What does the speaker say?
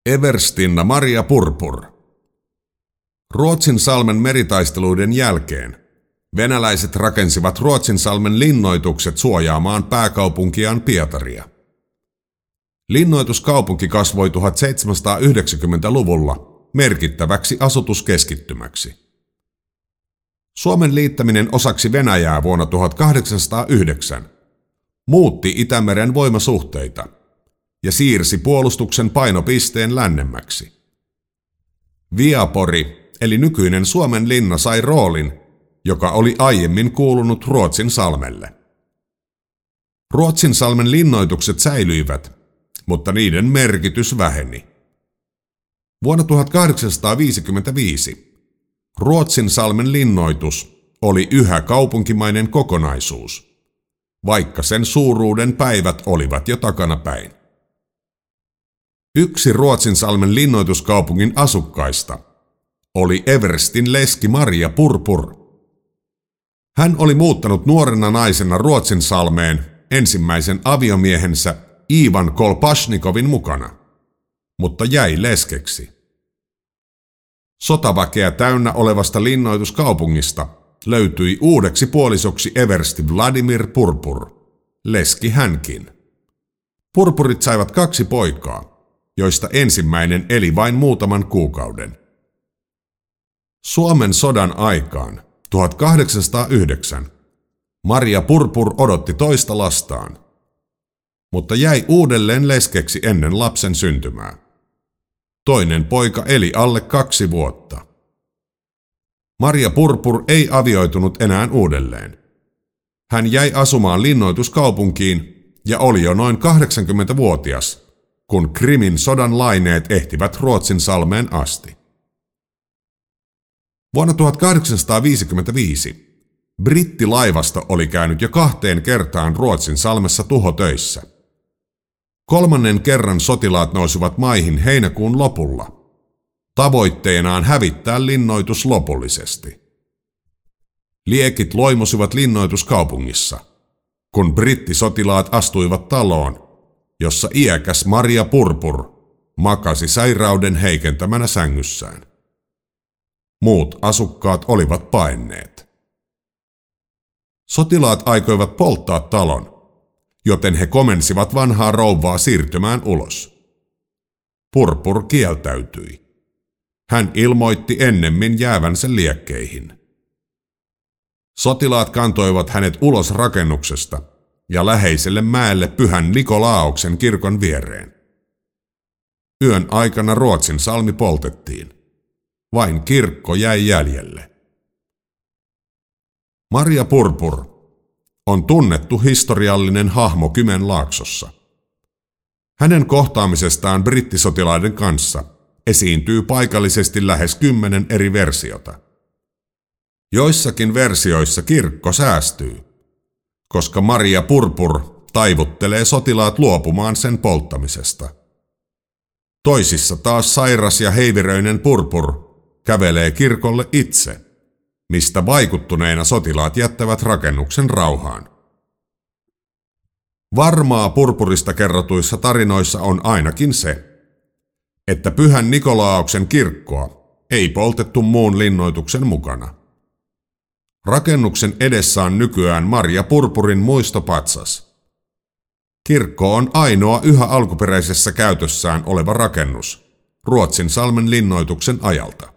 Everstinna Maria Purpur. Ruotsinsalmen meritaisteluiden jälkeen venäläiset rakensivat Ruotsinsalmen linnoitukset suojaamaan pääkaupunkiaan Pietaria. Linnoituskaupunki kasvoi 1790-luvulla merkittäväksi asutuskeskittymäksi. Suomen liittäminen osaksi Venäjää vuonna 1809 muutti Itämeren voimasuhteita ja siirsi puolustuksen painopisteen lännemmäksi. Viapori, eli nykyinen Suomenlinna, sai roolin, joka oli aiemmin kuulunut Ruotsinsalmelle. Ruotsinsalmen linnoitukset säilyivät, mutta niiden merkitys väheni. Vuonna 1855 Ruotsinsalmen linnoitus oli yhä kaupunkimainen kokonaisuus, vaikka sen suuruuden päivät olivat jo takanapäin. Yksi Ruotsinsalmen linnoituskaupungin asukkaista oli Everstin leski Maria Purpur. Hän oli muuttanut nuorena naisena Ruotsinsalmeen ensimmäisen aviomiehensä Ivan Kolpashnikovin mukana, mutta jäi leskeksi. Sotaväkeä täynnä olevasta linnoituskaupungista löytyi uudeksi puolisoksi eversti Vladimir Purpur, leski hänkin. Purpurit saivat 2 poikaa, joista ensimmäinen eli vain muutaman kuukauden. Suomen sodan aikaan 1809 Maria Purpur odotti toista lastaan, mutta jäi uudelleen leskeksi ennen lapsen syntymää. Toinen poika eli alle 2 vuotta. Maria Purpur ei avioitunut enää uudelleen. Hän jäi asumaan linnoituskaupunkiin ja oli jo noin 80-vuotias, kun Krimin sodan laineet ehtivät Ruotsinsalmeen asti. Vuonna 1855 brittilaivasto oli käynyt jo 2 kertaan Ruotsinsalmessa tuhotöissä. 3. kerran sotilaat nousivat maihin heinäkuun lopulla, tavoitteenaan hävittää linnoitus lopullisesti. Liekit loimusivat linnoituskaupungissa, kun brittisotilaat astuivat taloon, jossa iäkäs Maria Purpur makasi sairauden heikentämänä sängyssään. Muut asukkaat olivat paenneet. Sotilaat aikoivat polttaa talon, joten he komensivat vanhaa rouvaa siirtymään ulos. Purpur kieltäytyi. Hän ilmoitti ennemmin jäävänsä liekkeihin. Sotilaat kantoivat hänet ulos rakennuksesta ja läheiselle mäelle Pyhän Nikolaauksen kirkon viereen. Yön aikana Ruotsinsalmi poltettiin. Vain kirkko jäi jäljelle. Maria Purpur on tunnettu historiallinen hahmo Kymenlaaksossa. Hänen kohtaamisestaan brittisotilaiden kanssa esiintyy paikallisesti lähes 10 eri versiota. Joissakin versioissa kirkko säästyy, koska Maria Purpur taivuttelee sotilaat luopumaan sen polttamisesta. Toisissa taas sairas ja heiveröinen Purpur kävelee kirkolle itse, mistä vaikuttuneena sotilaat jättävät rakennuksen rauhaan. Varmaa Purpurista kerrotuissa tarinoissa on ainakin se, että Pyhän Nikolaauksen kirkkoa ei poltettu muun linnoituksen mukana. Rakennuksen edessä on nykyään Maria Purpurin muistopatsas. Kirkko on ainoa yhä alkuperäisessä käytössään oleva rakennus Ruotsinsalmen linnoituksen ajalta.